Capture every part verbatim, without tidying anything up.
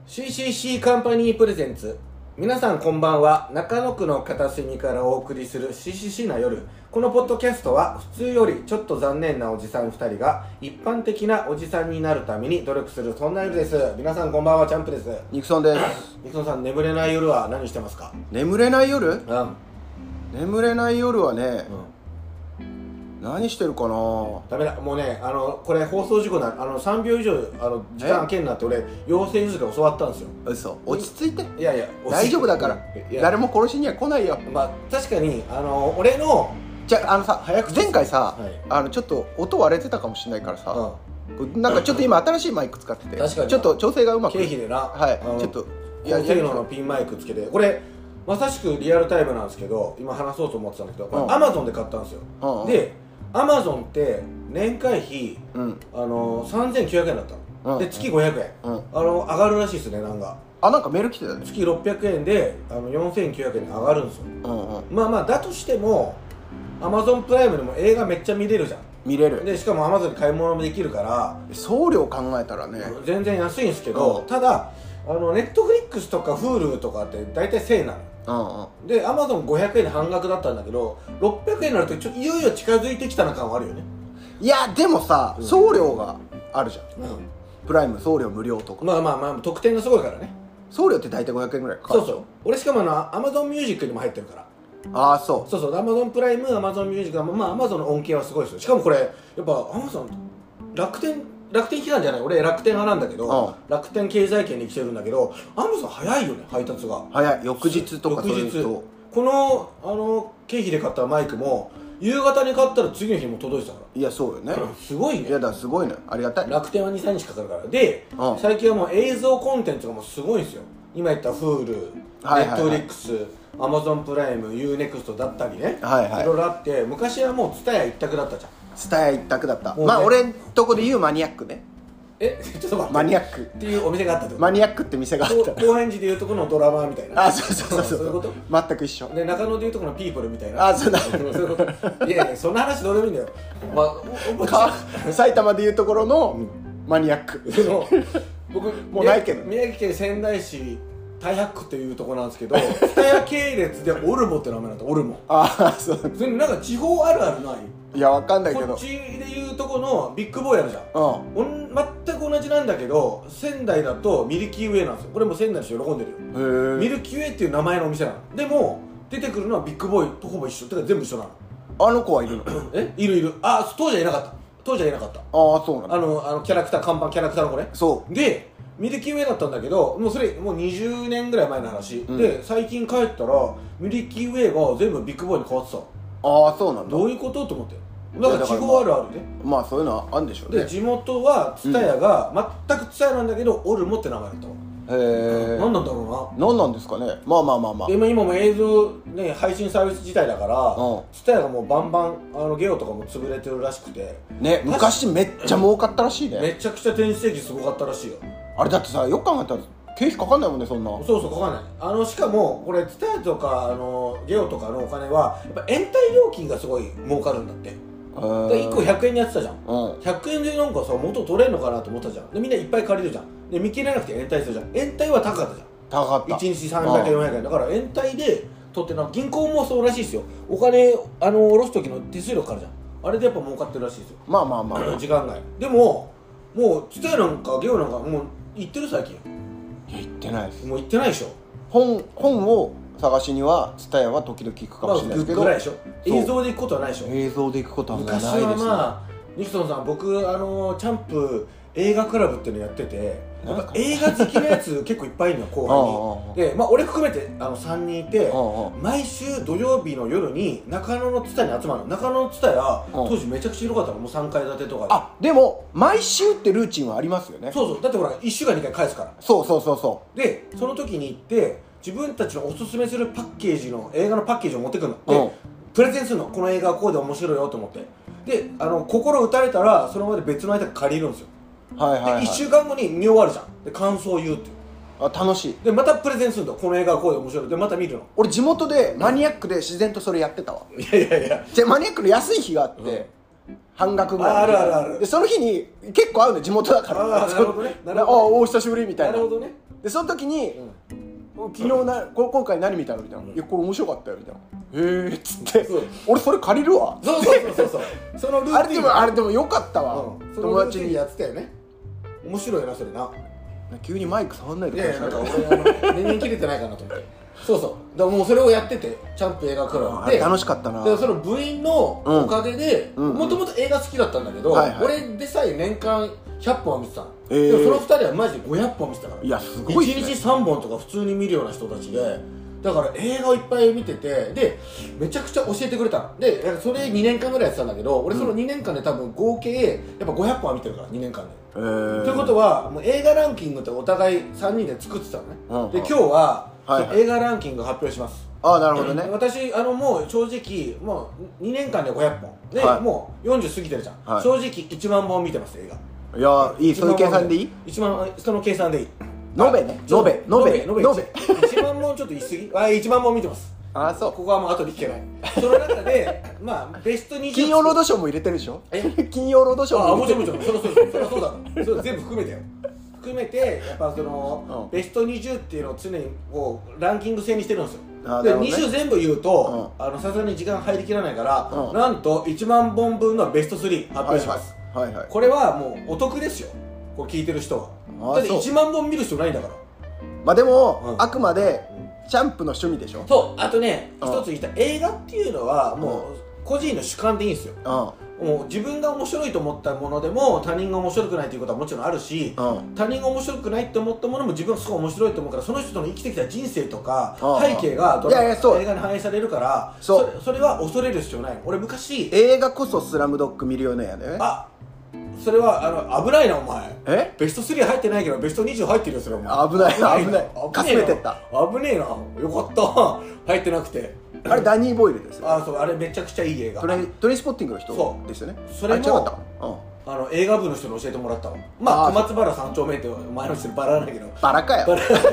シーシーシー カンパニープレゼンツ。皆さんこんばんは。中野区の片隅からお送りする シーシーシー な夜。このポッドキャストは普通よりちょっと残念なおじさんふたりが一般的なおじさんになるために努力する、そんな夜です。皆さんこんばんは。チャンプです。 ニクソンです。 ニクソンさん、眠れない夜は何してますか？ 眠れない夜？ うん。 眠れない夜はね、 うん、 何してるかな。 ダメだ、もうね、あのこれ放送事故なあのさんびょう以上あの時間空けんなって俺養成所で教わったんですよ。 嘘。落ち着いて。 いやいや大丈夫だから。誰も殺しには来ないよ。 まあ確かにあの俺のじゃあ、あのさ、 早口前回さ、 はい、 あのちょっと音割れてたかもしれないからさ、 うん、 なんかちょっと今新しいマイク使ってて、 確かにちょっと調整がうまく経費でな、 はいちょっといや、性能のピンマイクつけて、これまさしくリアルタイムなんですけど、今話そうと思ってたんだけど、これアマゾンで買ったんですよ。 うん、 でアマゾンって年会費、 うん、 あのさんぜんきゅうひゃくえんだったの、うん、で月ごひゃくえん、うん、あの上がるらしいですね。なんかあ、なんかメール来てたね。 月ろっぴゃくえんであのよんせんきゅうひゃくえんに上がるんですよ、うんうん、まあまあだとしてもアマゾンプライムでも映画めっちゃ見れるじゃん。 見れる。 でしかもアマゾンで買い物もできるから送料考えたらね全然安いんですけど、うん、ただあのネットフリックスとか Hulu とかって大体せいなの、うんうん、でアマゾンごひゃくえんで半額だったんだけどろっぴゃくえんになるとちょいよいよ近づいてきたな感はあるよね。 いやでもさ、うん、送料があるじゃん、うん、プライム送料無料とか。 まあまあまあ特典がすごいからね。 送料って大体ごひゃくえんぐらいかかる。 そうそう。俺しかもあのアマゾンミュージックにも入ってるから。 ああそうそうそう。アマゾンプライム、アマゾンミュージック、まあアマゾンの恩恵はすごいですよ。しかもこれやっぱアマゾン楽天楽天機関じゃない、俺楽天派なんだけど、うん、楽天経済圏に来てるんだけど、アマゾン早いよね、配達が。 早い。翌日とか翌日このあの経費で買ったマイクも夕方に買ったら次の日も届いてたから。 いやそうよね、 すごいね。 いやだすごいね、ありがたい。 楽天はにさんにちかかるからで、うん、最近はもう映像コンテンツがもうすごいんですよ。今言った Hulu、Netflix、Amazon プライム、ユーネクスト だったりね、はいはい、いろいろあって、昔はもう TSUTAYA 一択だったじゃん。 TSUTAYA 一択だった。まあ俺んとこで言うマニアックね。 えちょっと待って、 マニアックっていうお店があったってこと？ マニアックって店があった。 高円寺でいうとこのドラマーみたいな。 あ、そうそうそうそう、そういうこと。全く一緒で、 中野でいうとこのピープルみたいな。 あ、そうだそういうこと。いやいや、そんな話どうでもいいんだよ。まあ、埼玉でいうところのマニアック僕もうないけど、 宮城県仙台市太白区っていうところなんですけど、TSUTAYA系列でオルモって名前なんだ。オルモ。 ああ、そう。 それなんか地方あるあるない？ いやわかんないけど、 こっちでいうとこのビッグボーイあるじゃん、うん、全く同じなんだけど仙台だとミルキーウェイなんですよ。これも仙台の人喜んでるよ。へミルキーウェイっていう名前のお店なの。でも出てくるのはビッグボーイとほぼ一緒。てか全部一緒なの。 あの子はいるの？ えいるいる。あ、当時はいなかった。当時はいなかった。ああ、そうなの。 あのあのキャラクター、看板キャラクターの子ね。 そうでミルキーウェイだったんだけど、もうそれもうにじゅうねんぐらい前の話、うん、で最近帰ったらミルキーウェイが全部ビッグボーイに変わってた。 ああ、そうなんだ。 どういうことと思って。だから地方あるあるね。 まあそういうのはあるんでしょうね。 で地元は TSUTAYA が、全く TSUTAYA なんだけどオルモって名前だったわ。へえ。何なんだろうな。 何なんですかね。まあまあまあまあ。 で今今も映像ね配信サービス自体だから、TSUTAYA がもうバンバンあのゲオとかも潰れてるらしくてね。昔めっちゃ儲かったらしいね。 めちゃくちゃ転出益すごかったらしいよ。 あれだってさ、よく考えたら経費かかんないもんね、そんな。 そうそう、かかんない。あのしかもこれ TSUTAYA とかあのゲオとかのお金はやっぱ延滞料金がすごい儲かるんだって。いっこひゃくえんにやってたじゃん、うん、ひゃくえんでなんかさ元取れんのかなと思ったじゃん。でみんないっぱい借りるじゃん。で見切れなくて延滞するじゃん。延滞は高かったじゃん。 高かった。 いちにちさんびゃくえんよんひゃくえんだから延滞で取ってな。銀行もそうらしいですよ。お金あの下ろす時の手数料かかるじゃん。あれでやっぱ儲かってるらしいですよ。 まあまあまあ時間外でももう TSUTAYA なんかゲオなんかもう行ってる最近。 いや行ってないです。 もう行ってないでしょ。 本本を探しには TSUTAYA は時々行くかもしれないですけど、 まあ、ぐらいでしょ。映像で行くことはないでしょ。 映像で行くことはないですね。 昔はまあニクソンさん、僕あのチャンプ映画クラブっていうのやってて、やっぱ映画好きなやつ結構いっぱいいるのよ後輩に。でまあ俺含めてあのさんにんいて、毎週土曜日の夜に中野のTSUTAYAに集まるの。中野のTSUTAYA当時めちゃくちゃ広かったの。もうさんかい建てとかで。 あ、でも毎週ってルーチンはありますよね。 そうそう。だってほらいっしゅうかんにかい返すから。 そうそうそうそう。 でその時に行って自分たちのおすすめするパッケージの映画のパッケージを持ってくるの。で、うん、プレゼンするの。この映画はこうで面白いよと思って。であの心打たれたらその場で別の相手が借りるんですよ。はいはい、はい、でいっしゅうかんごに見終わるじゃん。で感想を言うっていう。 あ、楽しい。 でまたプレゼンするんだ。この映画はこうで面白い。でまた見るの。 俺地元でマニアックで自然とそれやってたわ。 いやいやいや、 じゃマニアックの安い日があって、うん、半額ぐらい。 あるあるある。 でその日に結構会うの地元だから。 ああ、なるほどね。なるほどね。 ああ、お久しぶりみたいな。 なるほどね。 でその時に、昨日なこ今回何見たのみたいな、いやこれ面白かったよみたいな、へえっつって俺それ借りるわ。 そうそうそうそうそうそのルーティンあれでもあれでもよかったわ、 友達にやってたよね。面白いなそれな。 急にマイク触んないでいやいやなんか俺あの年々切れてないかなと思って。そうそうだからもうそれをやっててチャンプ映画クラブで楽しかったな。 でその部員のおかげでもともと映画好きだったんだけど、俺でさえ年間ひゃっぽんは見てたの。でもそのふたりはマジでごひゃっぽん見てたから。 いやすごいいちにちさんぼんとか普通に見るような人たちで、だから映画をいっぱい見てて、でめちゃくちゃ教えてくれたので、それにねんかんぐらいやってたんだけど、俺そのにねんかんで多分合計やっぱごひゃっぽんは見てるからにねんかんで。ということはもう映画ランキングってお互いさんにんで作ってたのね。で今日は映画ランキング発表します。 ああなるほどね。 私あのもう正直もうにねんかんでごひゃっぽんで、はい、もうよんじゅう過ぎてるじゃん、はい、正直いちまんぼん見てます映画。 いやいい、その計算でいい？ いちまんその計算でいい。 延べね、延べ延べ延べいちまんぼんちょっと言い過ぎ。あいちまんぼん見てます。 あそう。 ここはもう後で聞けない。その中でまあベストにじゅう金曜ロードショーも入れてるでしょ。え金曜ロードショーも入れてる。 あもちろんもちろんそりゃそうだそりゃそうだそれ全部含めてよ。含めてやっぱその、うん、ベストにじゅうっていうのを常にこうランキング制にしてるんですよ。で、ね、にじゅう全部言うとさすがに時間入りきらないから、うん、なんといちまんぼんぶんのベストスリー発表します。はいはいはいはい、これはもうお得ですよ、こう聞いてる人は。だっていちまんぼん見る人ないんだから。 まあでも、うん、あくまでチャンプの趣味でしょ。 そうあとね一つ言った、映画っていうのはもう個人の主観でいいんですよ。うんもう自分が面白いと思ったものでも他人が面白くないということはもちろんあるし、うん、他人が面白くないって思ったものも自分はすごい面白いと思うから、その人の生きてきた人生とか背景がどれ映画に反映されるから、そ れ, それは恐れる必要ない。俺昔映画こそスラムドッグミリオネアね。あそれはあの危ないなお前。えベストスリー入ってないけどベストにじゅう入ってるよそれは。お前危ない危ないかすめてった。 危ねえなよかった入ってなくて。 あれダニー・ボイルですよ、ね、 あそうあれめちゃくちゃいい映画。 トレトレインスポッティングの人ですよね。 それもあの映画部の人に教えてもらったわ。まあ小松原三丁目って前の人にバラなんだけどバラかよ。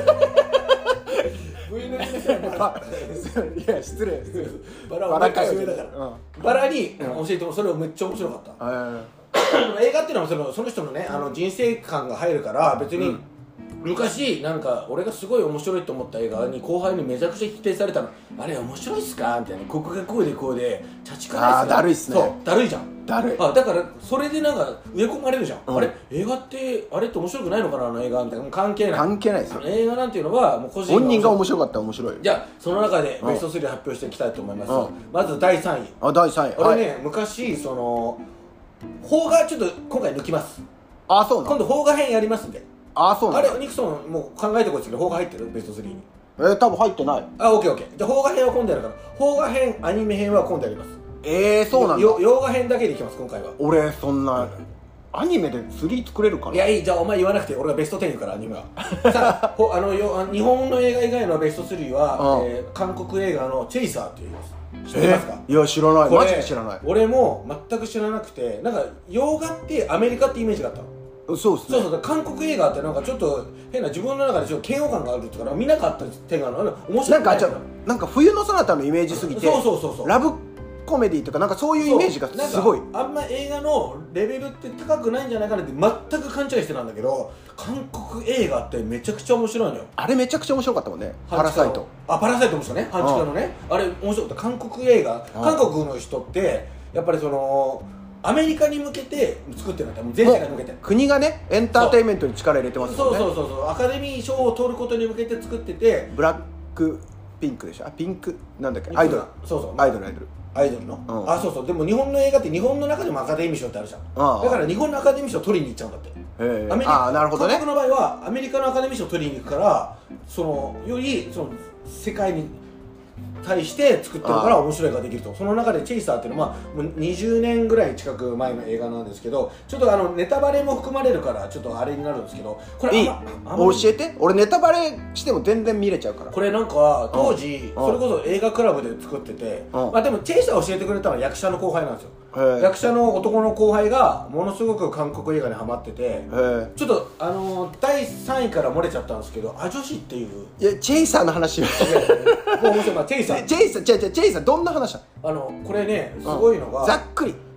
部員の人はバラいや失礼バラはバラかよだから、うん、バラに教えてもそれをめっちゃ面白かった、うん、映画っていうのはその、その人のねあの人生観が入るから別に、うん昔なんか俺がすごい面白いと思った映画に後輩にめちゃくちゃ否定されたの。あれ面白いっすかみたいな、ここがこうでこうでチャチくないっすか。 あーだるいっすね。 そうだるいじゃん。 だるい。 あだからそれでなんか植え込まれるじゃん、うん、あれ映画ってあれって面白くないのかなあの映画みたいな。関係ない関係ないですよ。 映画なんていうのはもう個人本人が面白かったら面白いよ。 じゃあその中でベストスリー発表していきたいと思います、うん、まずだいさんい。 あだいさんい俺ね、はい、昔その邦画ちょっと今回抜きます。 あそうなの。 今度邦画編やりますんで。 あそうなの。 あれニクソンもう考えてこいですけど邦画入ってるベストスリーに。 えー、多分入ってない。 あオッケーオッケー。じゃあ邦画編は今度やるから邦画編アニメ編は今度やります。 えー、そうなんだ。 洋画編だけでいきます今回は。 俺そんなアニメでスリー作れるかな。 いやいいじゃあお前言わなくて俺がベストテン言うからアニメはさあほあのよ日本の映画以外のベストスリーは、うんえー、韓国映画のチェイサーって言います。知ってますか。 えー、いや知らない。マジで知らない。 俺も全く知らなくて、なんか洋画ってアメリカってイメージがあったの。 そうですね。 そうそう韓国映画ってなんかちょっと変な自分の中でちょっと嫌悪感があるってから見なかった点があるの。面白いなんかちょっとなんか冬のそなたのイメージすぎて、 そうそうそうそうラブコメディとかなんかそういうイメージがすごい。 あんま映画のレベルって高くないんじゃないかなって全く勘違いしてたんだけど、韓国映画ってめちゃくちゃ面白いのよ。 あれめちゃくちゃ面白かったもんね。パラサイト。 あパラサイトもしたね。半地下のねあれ面白かった。韓国映画韓国の人ってやっぱりそのアメリカに向けて作ってるんだ。もう全世界に向けて国がねエンターテインメントに力入れてますもんね。 そうそうそうそうアカデミー賞を取ることに向けて作ってて。 ブラックピンクでしょ。あピンクなんだっけアイドル。 そうそうアイドルアイドルアイドルの、うん、あそうそう。でも日本の映画って日本の中でもアカデミー賞ってあるじゃん。ああだから日本のアカデミー賞取りに行っちゃうんだって。 へアメリカあなるほどね。 韓国の場合はアメリカのアカデミー賞取りに行くからそのよりその世界に対して作ってるから面白いができると。その中でチェイサーっていうのは、まあ、もうにじゅうねんぐらい近く前の映画なんですけど、ちょっとあのネタバレも含まれるからちょっとあれになるんですけど、これいい教えて。俺ネタバレしても全然見れちゃうから。 これなんか当時それこそ映画クラブで作ってて、まあでもチェイサー教えてくれたのは役者の後輩なんですよ。役者の男の後輩がものすごく韓国映画にハマってて、ちょっとあのー、だいさんいから漏れちゃったんですけど、アジョシっていういやチェイサーの話よ。 もう面白い。まあチェイサーチェイサーチェイサーチェイサーどんな話なの。あのこれねすごいのが、 うん、ざっくり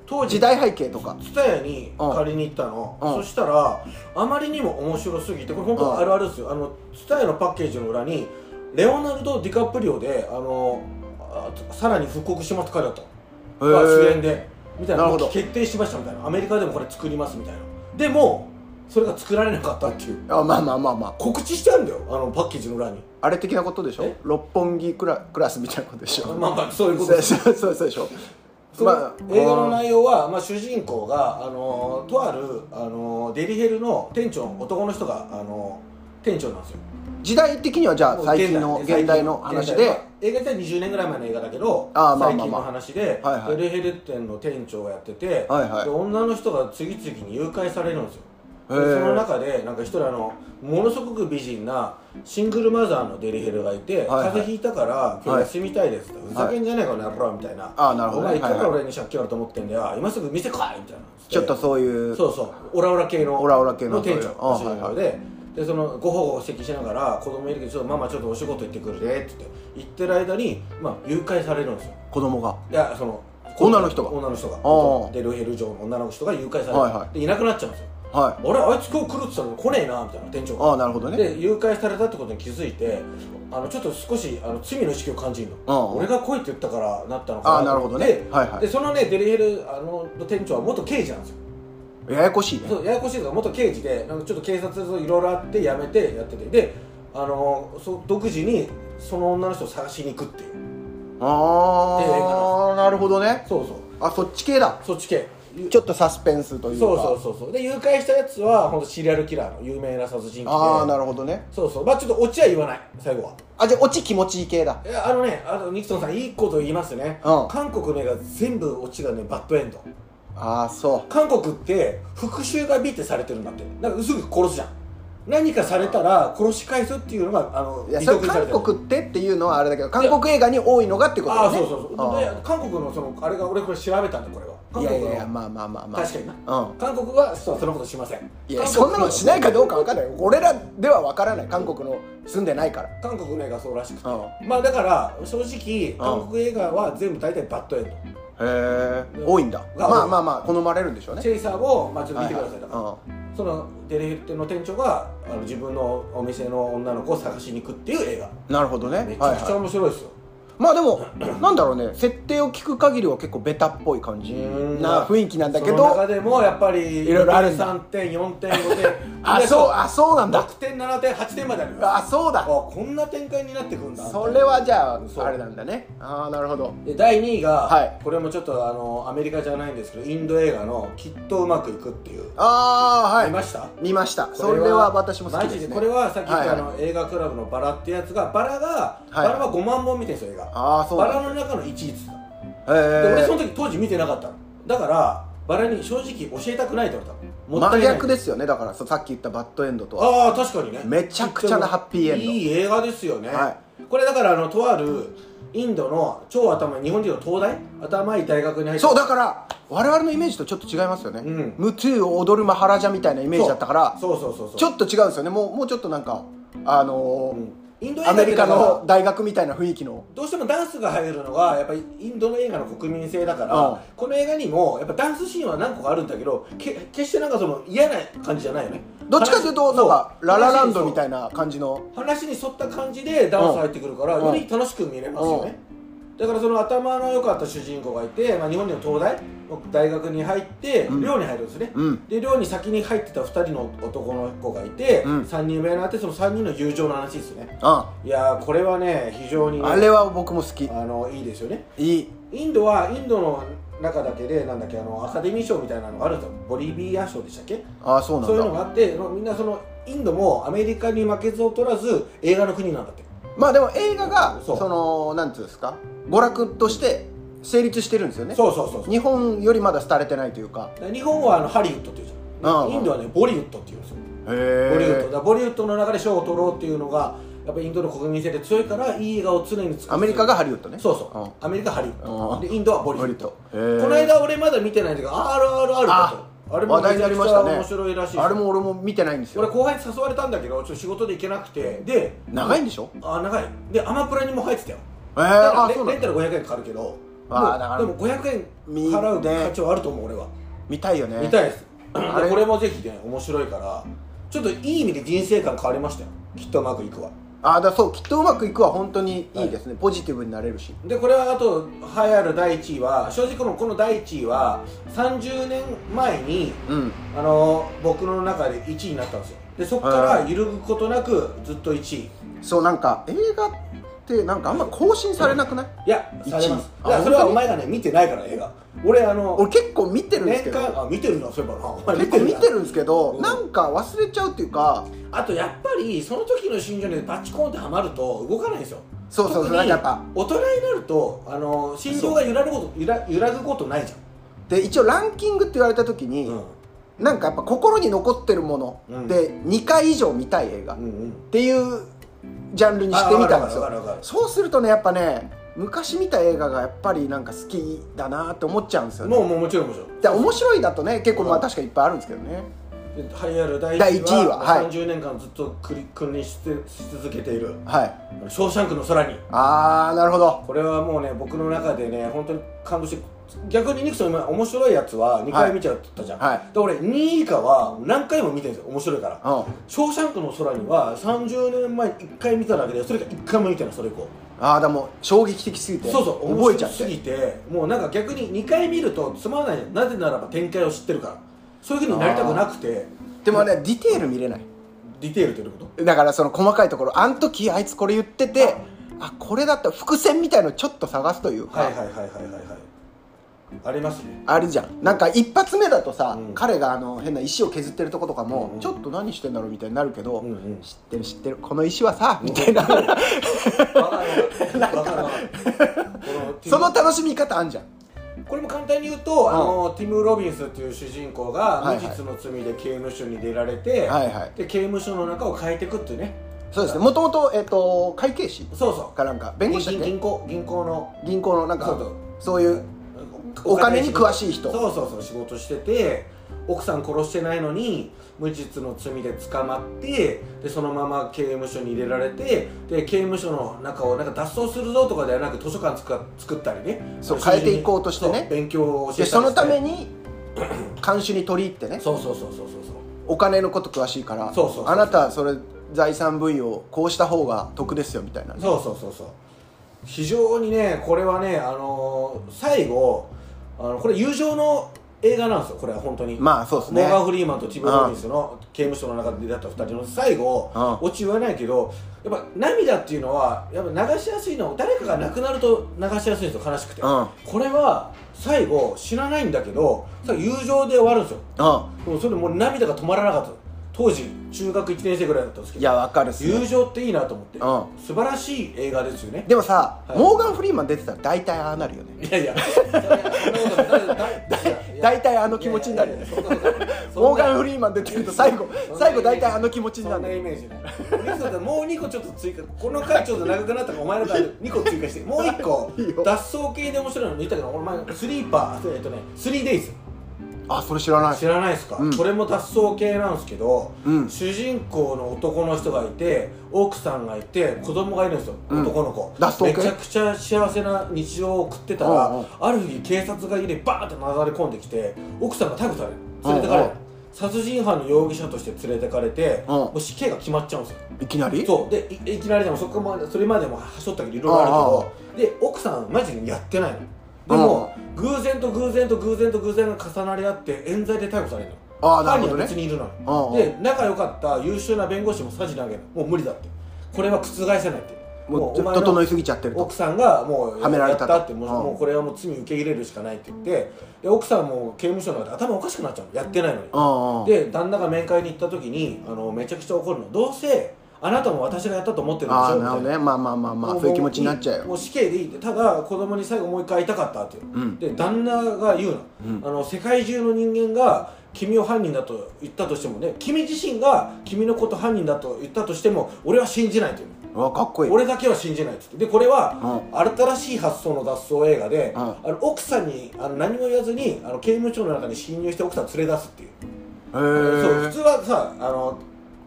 当時時代背景とかツタヤに借りに行ったの、 うん、 そしたらあまりにも面白すぎて、これ本当あるあるですよ、あのツタヤのパッケージの裏にレオナルド・ディカプリオであのあさらに復刻しますって書いてあったの、主演でみたいな、決定しましたみたいな、アメリカでもこれ作りますみたいな。でもそれが作られなかったっていう、 あまあまあまあまあ告知してあるんだよ、あのパッケージの裏に。 あれ的なことでしょ、六本木クラクラスみたいなことでしょ。 まあまあそういうことです。 そうそうそうでしょ。 まあ、映画の内容は、まあ、主人公が、あのー、とある、あのー、デリヘルの店長、男の人が、あのー、店長なんですよ。 時代的にはじゃあ最近の現代の話で、まあ、 映画自体にじゅうねんぐらい前の映画だけど、 あ、まあまあまあ、 最近の話で、はいはい、デリヘル店の店長をやってて、はいはい、で女の人が次々に誘拐されるんですよ。でその中でなんか一人あのものすごく美人なシングルマザーのデリヘルがいて、はいはい、風邪ひいたから今日休みたいですって、はい、ふざけんじゃないかなやろみたいな、 あ、なるほど、ね、 お前いくら俺に借金あると思ってんだよ、はいはい、今すぐ店来いみたいな、 ちょっとそういうそうそうオラオラ系のオラオラ系の店長の主人公で、でそのごほご指摘しながら子供いるけどちょっとママちょっとお仕事行ってくるねって言って言ってる間に、まあ、誘拐されるんですよ、 子供が。 いやその女の人が女の人がデルヘル城の女の人が誘拐されて、はいはい、でいなくなっちゃうんですよ。 はい、 あれあいつ今日来るって言ったのに来ねえなみたいな、店長が。 ああ、なるほどね。 で誘拐されたってことに気づいて、あのちょっと少しあの罪の意識を感じるの、俺が来いって言ったからなったのかな。 ああ、なるほどね。 はいはい、でそのねデリヘルあの店長は元刑事なんですよ。 ややこしいね。 そうややこしいですが元刑事でなんかちょっと警察といろいろあって辞めてやってて、であのそ独自にその女の人を探しに行くっていう。 ああ、なるほどね。 そうそう、 あ、そっち系だ。 そっち系、 ちょっとサスペンスというか。 そうそうそうそう。で誘拐したやつは本当シリアルキラーの有名な殺人鬼で。 ああ、なるほどね。 そうそう、まあちょっとオチは言わない最後は。 あ、じゃあオチ気持ちいい系だ。 いやあのね、あのニクソンさんいいこと言いますね、うん、韓国の映画全部オチがねバッドエンド。 ああ、そう。 韓国って復讐が美ってされてるんだって。なんかすぐ殺すじゃん、何かされたら殺し返すっていうのがあのいや、それ韓国ってっていうのはあれだけど、韓国映画に多いのがってことだよね。 ああ、そうそうそう。で韓国のそのあれが俺これ調べたんだこれは。 いやいやいや、まあまあまあまあ、 確かにな、うん、韓国はそのことしません。 いや、そんなのしないかどうかわかんない。俺らではわからない、韓国の住んでないから。 韓国の映画そうらしくて、うん、まあだから正直韓国映画は全部大体バッドエンド。 へえ、多いんだ。まあまあまあ好まれるんでしょうね。 チェイサーを、まあ、ちょっと見てください。だからそのデリヘル店の店長があの自分のお店の女の子を探しに行くっていう映画。 なるほどね。 めちゃくちゃ面白いですよ。 まあでもなんだろうね、設定を聞く限りは結構ベタっぽい感じな雰囲気なんだけど、 その中でもやっぱりいろいろあるんだ。 さんてんよんてんごてんあ、そう、あ、そうなんだ。 ろくてんななてんはちてんまであります。 あ、そうだ。あ、 こんな展開になってくるんだ。 それはじゃああれなんだね。ああ、なるほど。 でだいにいが、 はい、 これもちょっとあのアメリカじゃないんですけどインド映画のきっとうまくいくっていう。 ああ、はい。 見ました？ 見ました。それは私も好きですね。 マジでこれはさっき言ったあの映画クラブのバラってやつがバラがバラはごまんぼん見てるんですよ映画。 ああ、そうなんだ。 バラの中のいちいつだ。で俺その時当時見てなかったのだからバラに正直教えたくないって言われたの。 真逆ですよね。だからさっき言ったバッドエンドとは。 ああ、確かにね、 めちゃくちゃなハッピーエンド。 いい映画ですよね、 はい、 これだからあのとあるインドの超頭いい日本人の東大頭いい大学に入って、 そうだから我々のイメージとちょっと違いますよね、うん、ムトゥーを踊るマハラジャみたいなイメージだったから、 そうそうそうそう、 ちょっと違うんですよね。もうもうちょっとなんかあのーうん、 インド映画アメリカの大学みたいな雰囲気の、 どうしてもダンスが入るのがやっぱりインドの映画の国民性だから、うん、この映画にもやっぱダンスシーンは何個かあるんだけど、け決してなんかその嫌な感じじゃないよね。 どっちかというとなんかララランドみたいな感じの話に沿った感じでダンス入ってくるから、うん、より楽しく見れますよね、うん、だからその頭の良かった主人公がいて、まあ、日本での東大の大学に入って、うん、寮に入るんですね、うん、で寮に先に入ってたふたりの男の子がいて、うん、さんにんめになって、そのさんにんの友情の話ですね。ああ、いやーこれはね非常に、ね、 あれは僕も好き。 あのいいですよね。 いい。 インドはインドの中だけでなんだっけ、あのアカデミー賞みたいなのがあるんですよ。ボリビア賞でしたっけ。 ああ、そうなんだ。 そういうのがあって、みんなそのインドもアメリカに負けず劣らず映画の国なんだって。 まあでも映画がそのなんていうんですか、娯楽として成立してるんですよね。 そうそうそうそう。 日本よりまだ廃れてないというか。 日本はあのハリウッドっていうじゃん、うん、インドはねボリウッドっていうんですよ。 へえ。 ボリウッドだ、ボリウッドの中で賞を取ろうっていうのがやっぱりインドの国民性で強いから、いい映画を常に作る。 アメリカがハリウッドね。 そうそう、うん、アメリカハリウッドでインドはボリウッド。この間俺まだ見てないんだけど アールアールアール だと、あれもめちゃくちゃ面白いらしい。 あれも俺も見てないんですよ。 俺後輩に誘われたんだけどちょっと仕事で行けなくて、で長いんでしょ。 あ、長いでアマプラにも入ってたよ。 えー、あ、そうなんだ。 レンタルごひゃくえんかかるけどああだからでもごひゃくえん払う価値はあると思う俺は。 見たいよね。 見たいですあれこれもぜひね面白いからちょっといい意味で人生観変わりましたよ。きっとうまくいくわ。 ああだそうきっとうまくいくは本当にいいですね、はい、ポジティブになれるし。 でこれはあと栄えあるだいいちいは正直このこのだいいちいはさんじゅうねんまえに、うん、あの僕の中でいちいになったんですよ。でそこから揺るぐことなくずっといちい。 そうなんか映画ってなんかあんま更新されなくない？ いやされます。いやそれはお前がね見てないから映画。俺あの俺結構見てるんですけど年間あ見てるのそういえばなお前結構見てるんですけど、うん、なんか忘れちゃうっていうか、 あとやっぱりその時の心情にバチコンってはまると動かないんですよ。 そうそうそうなんかやっぱ大人になるとあの心情が揺らぐこと揺ら揺らぐことないじゃん。 で一応ランキングって言われた時に、うん、なんかやっぱ心に残ってるもの、うん、でにかい以上見たい映画っていうジャンルにしてみたんですよ。そうするとねやっぱね昔見た映画がやっぱりなんか好きだなって思っちゃうんですよね。 もうもうもちろんもちろんで面白いだとね結構まあ確かにいっぱいあるんですけどね。 栄えあるだいいちいはさんじゅうねんかんずっと君臨し続けている「はいショーシャンクの空に」。 ああなるほど。 これはもうね僕の中でね本当に感動して、逆にニクソン今面白いやつはにかい見ちゃったじゃん、はいはい、で俺にい以下は何回も見てるんですよ面白いから、うん、ショーシャンクの空にはさんじゅうねんまえにいっかい見ただけでそれがいっかいも見てないそれ以降。 ああでも衝撃的すぎてそうそう覚えちゃってすぎてもうなんか逆ににかい見るとつまらないじゃん。なぜならば展開を知ってるから。そういうふうになりたくなくて。 でもねディテール見れない。 ディテールってどういうこと？ だからその細かいところあん時あいつこれ言っててあこれだったら伏線みたいのちょっと探すというか。 はいはいはいはいはいはいありますね。 あるじゃん。なんか一発目だとさ、うん、彼があの変な石を削ってるとことかも、うんうん、ちょっと何してんだろうみたいになるけど、うんうん、知ってる知ってるこの石はさみたいなその楽しみ方あんじゃん。 これも簡単に言うと、うん、あのティム・ロビンスっていう主人公が無実の罪で刑務所に出られて、はいはい、で刑務所の中を変えていくっていうね。 そうですね。もともとえっと会計士そうそうかなんか弁護士だっけ？ 銀行銀行の銀行のなんかそうそういうお金に詳しい人。 そうそうそう仕事してて奥さん殺してないのに無実の罪で捕まってでそのまま刑務所に入れられてで刑務所の中をなんか脱走するぞとかではなく図書館作作ったりねそう変えていこうとしてね勉強を教えたりしてでそのために看守に取り入ってねそうそうそうそうそうお金のこと詳しいからそうそうそうそうあなたそれ財産分与をこうした方が得ですよみたいな、ね、 そうそうそうそう非常にねこれはねあのー、最後あのこれ友情の映画なんですよこれは本当に。 まあそうですね。 モーガン・フリーマンとティム・ロビンスの刑務所の中で出会ったふたりの最後オチ言わないけどやっぱ涙っていうのはやっぱ流しやすいの誰かが亡くなると流しやすいんですよ悲しくて、うん、これは最後知らないんだけど友情で終わるんですよ、うん、でもそれもう涙が止まらなかった当時中学いちねん生ぐらいだったんですけどいやわかるっす、ね、 友情っていいなと思って、うん、素晴らしい映画ですよね。 でもさ、はい、モーガン・フリーマン出てたら大体ああなるよね。 いやいや大体あの気持ちになるよね。モーガン・フリーマン出てると最後最後大体あの気持ちになる。 そんなイメージないもうにこちょっと追加この回ちょっと長くなったからお前らからにこ追加してもういっこ脱走系で面白いの言ったけど俺前スリーパーえっとねスリーデイズあ、それ知らない。 知らないですか、うん、これも脱走系なんですけど、うん、主人公の男の人がいて奥さんがいて子供がいるんですよ、うん、男の子脱走系めちゃくちゃ幸せな日常を送ってたら、うんうん、ある日警察が家にバーンって流れ込んできて奥さんが逮捕される連れてかれる、うんうん、殺人犯の容疑者として連れてかれて、うん、もう死刑が決まっちゃうんですよいきなりそうで い, いきなりでもそこまでそれまでもはしょったけどいろいろあるけどで奥さんマジでやってないのでも、うん、偶然と偶然と偶然と偶然が重なり合って冤罪で逮捕されるの。 ああなるほどね。 犯人は別にいるの、うん、で仲良かった優秀な弁護士もさじ投げるもう無理だってこれは覆せないってもう整いすぎちゃってると奥さんがもうはめられたやったってもう、うん、もうこれはもう罪受け入れるしかないって言ってで奥さんも刑務所の中で頭おかしくなっちゃうのやってないのに、うんうん、で旦那が面会に行った時にあのめちゃくちゃ怒るのどうせあなたも私がやったと思ってるんでしょ。ああなるほどね。 まあまあまあまあそういう気持ちになっちゃうよ。 もう死刑でいいってただ子供に最後もう一回会いたかったっていう、うん、で旦那が言うの、うん、あの世界中の人間が君を犯人だと言ったとしてもね君自身が君のこと犯人だと言ったとしても俺は信じないっていうの。かっこいい。 俺だけは信じないって言ってでこれは、うん、新しい発想の脱走映画で、うん、あの奥さんにあの何も言わずにあの刑務所の中に侵入して奥さんを連れ出すっていう。へーそう普通はさあの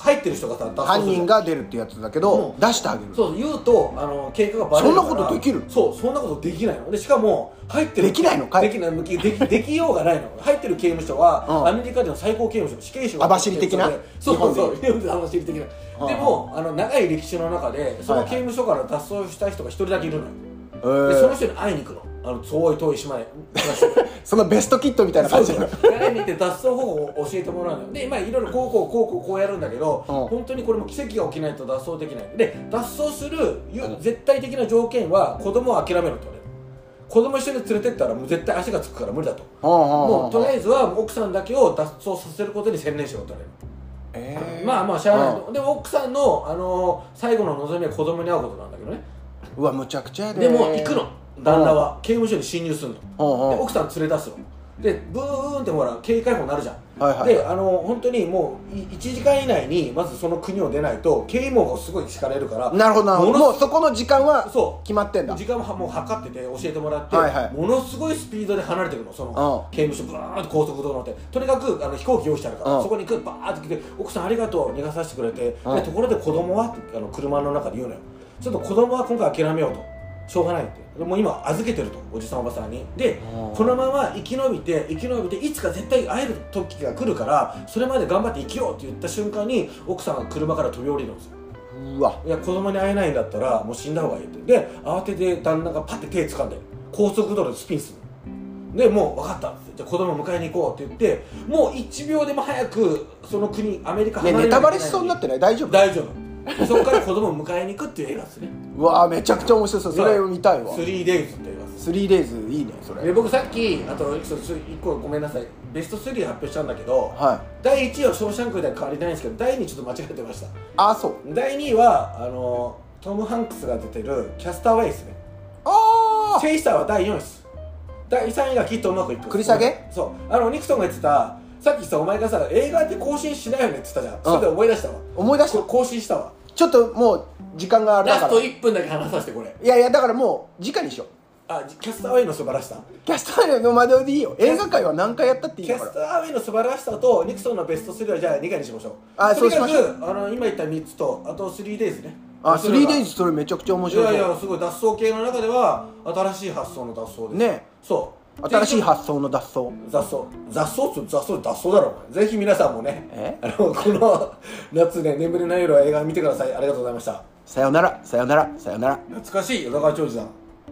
入ってる人がさ犯人が出るってやつだけど、出してあげる。 そう言うとあの経過がバレるから。 そんなことできる？ そうそんなことできないので、しかも入ってるできないのかい？ できないできできようがないの。入ってる刑務所は、うん、アメリカでの最高刑務所、死刑囚が網走的な、 そうそう日本で網走的な。でもあの長い歴史の中でその刑務所から脱走した人が一人だけいるのよ。でその人に会いに行くの。あの遠い遠い島へそのベストキットみたいな感じで会いに行って脱走方法を教えてもらうのよ。で今いろいろこうこうこうこうこうやるんだけど、うん、本当にこれも奇跡が起きないと脱走できない。で脱走する絶対的な条件は子供を諦めろって言われる。子供一緒に連れてったらもう絶対足がつくから無理だと。もうとりあえずは奥さんだけを脱走させることに専念しろって言われる。えー、まあまあしゃあないと。でも奥さんの、あのー、最後の望みは子供に会うことなんだけどね。 うわむちゃくちゃやで。 でも行くの旦那は刑務所に侵入するの。で奥さん連れ出すの。でブーンってほら警戒報になるじゃん。はいはい、であの本当にもういちじかん以内にまずその国を出ないと刑務がすごい敷かれるから。 なるほどなるほど。もうそこの時間は決まってんだ。 時間はもう測ってて教えてもらって、はいはい、ものすごいスピードで離れていくの。その刑務所ブーンと高速道路乗ってとにかくあの飛行機用意してあるからそこに行くバーって来て奥さんありがとう逃がさせてくれて、でところで子供はってあの車の中で言うのよ。ちょっと子供は今回諦めようと。しょうがないって。もう今預けてるとおじさんおばさんに。でこのまま生き延びて生き延びていつか絶対会える時が来るからそれまで頑張って生きようって言った瞬間に奥さんが車から飛び降りるんですよ。うわいや子供に会えないんだったらもう死んだ方がいいって。で慌てて旦那がパッて手掴んで高速道路でスピンする。でもう分かったってじゃあ子供迎えに行こうって言ってもういちびょうでも早くその国アメリカ離れないといけない。 ねネタバレしそうになってない？大丈夫？ 大丈夫。そこから子供を迎えに行くっていう映画ですね。 うわーめちゃくちゃ面白そう。それを見たいわ。 スリーデイズって映画です。 スリーデイズいいねそれ。 で僕さっきあといっこごめんなさいベストスリー発表したんだけど、はい、だいいちいはショーシャンクでは変わりないんですけどだいにいちょっと間違えてました。 あそうだいにいはあのトム・ハンクスが出てるキャスターウェイですね。 ああチェイサーはだいよんいです。だいさんいがきっとうまくいく。 繰り下げ。 そうあのニクソンが言ってたさっきさお前がさ映画って更新しないよねって言ったじゃん。それで思い出したわ。 思い出した。 更新したわ。 ちょっともう時間があるからラストいっぷんだけ話させてこれ。 いやいやだからもう直にしよう。 あキャスターウェイの素晴らしさ。 キャスターウェイのまででいいよ。映画界は何回やったっていいから。 キャスターウェイの素晴らしさとニクソンのベストスリーはじゃあにかいにしましょう。 あそうしましょう。 あの今言ったみっつとあとスリーデイズね。 あスリーデイズそれめちゃくちゃ面白い。 いやいやすごい脱走系の中では新しい発想の脱走ですね。 そう新しい発想の脱走雑草雑草って雑草脱走だろお前。ぜひ皆さんもねあのこの夏ね眠れない夜は映画見てください。ありがとうございました。 さよならさよならさよなら。 懐かしい淀川長司さん。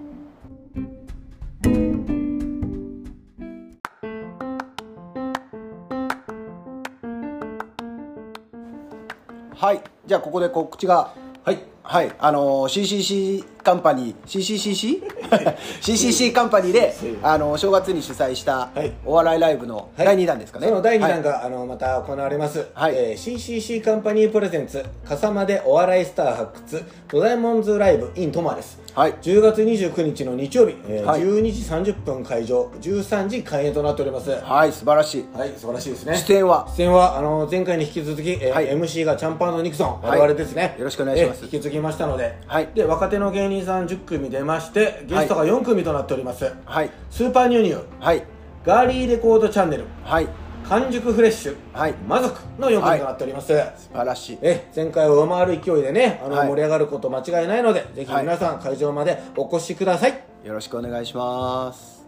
はいじゃあここで告知がはいはいあのー、シーシーシー カンパニー シーシーシーシー? シーシーシー カンパニーで、あのー、正月に主催したお笑いライブのだいにだんですかね、 はい、そのだいにだんが、はい、あのまた行われます、はいえー、シーシーシー カンパニープレゼンツ笠間でお笑いスター発掘ドラえもんズライブ in トマです、はい、じゅうがつにじゅうくにちの日曜日、えーはい、じゅうにじさんじゅっぷん会場じゅうさんじ開演となっております。 はい素晴らしい。 はい素晴らしいですね。 出演は出演はあの前回に引き続き、えーはい、エムシー がチャンパーのニクソン、はい、我々ですね。 よろしくお願いします。 引き継ぎましたので、はい、で若手の芸人さんじゅっくみ出ましてゲストがよんくみとなっております、はい、スーパーニューニュー、はい、ガーリーレコードチャンネル、はい、完熟フレッシュ、はい、魔族のよんくみとなっております、はい、 素晴らしい。 え前回を上回る勢いでねあの、はい、盛り上がること間違いないのでぜひ皆さん会場までお越しください。 よろしくお願いします。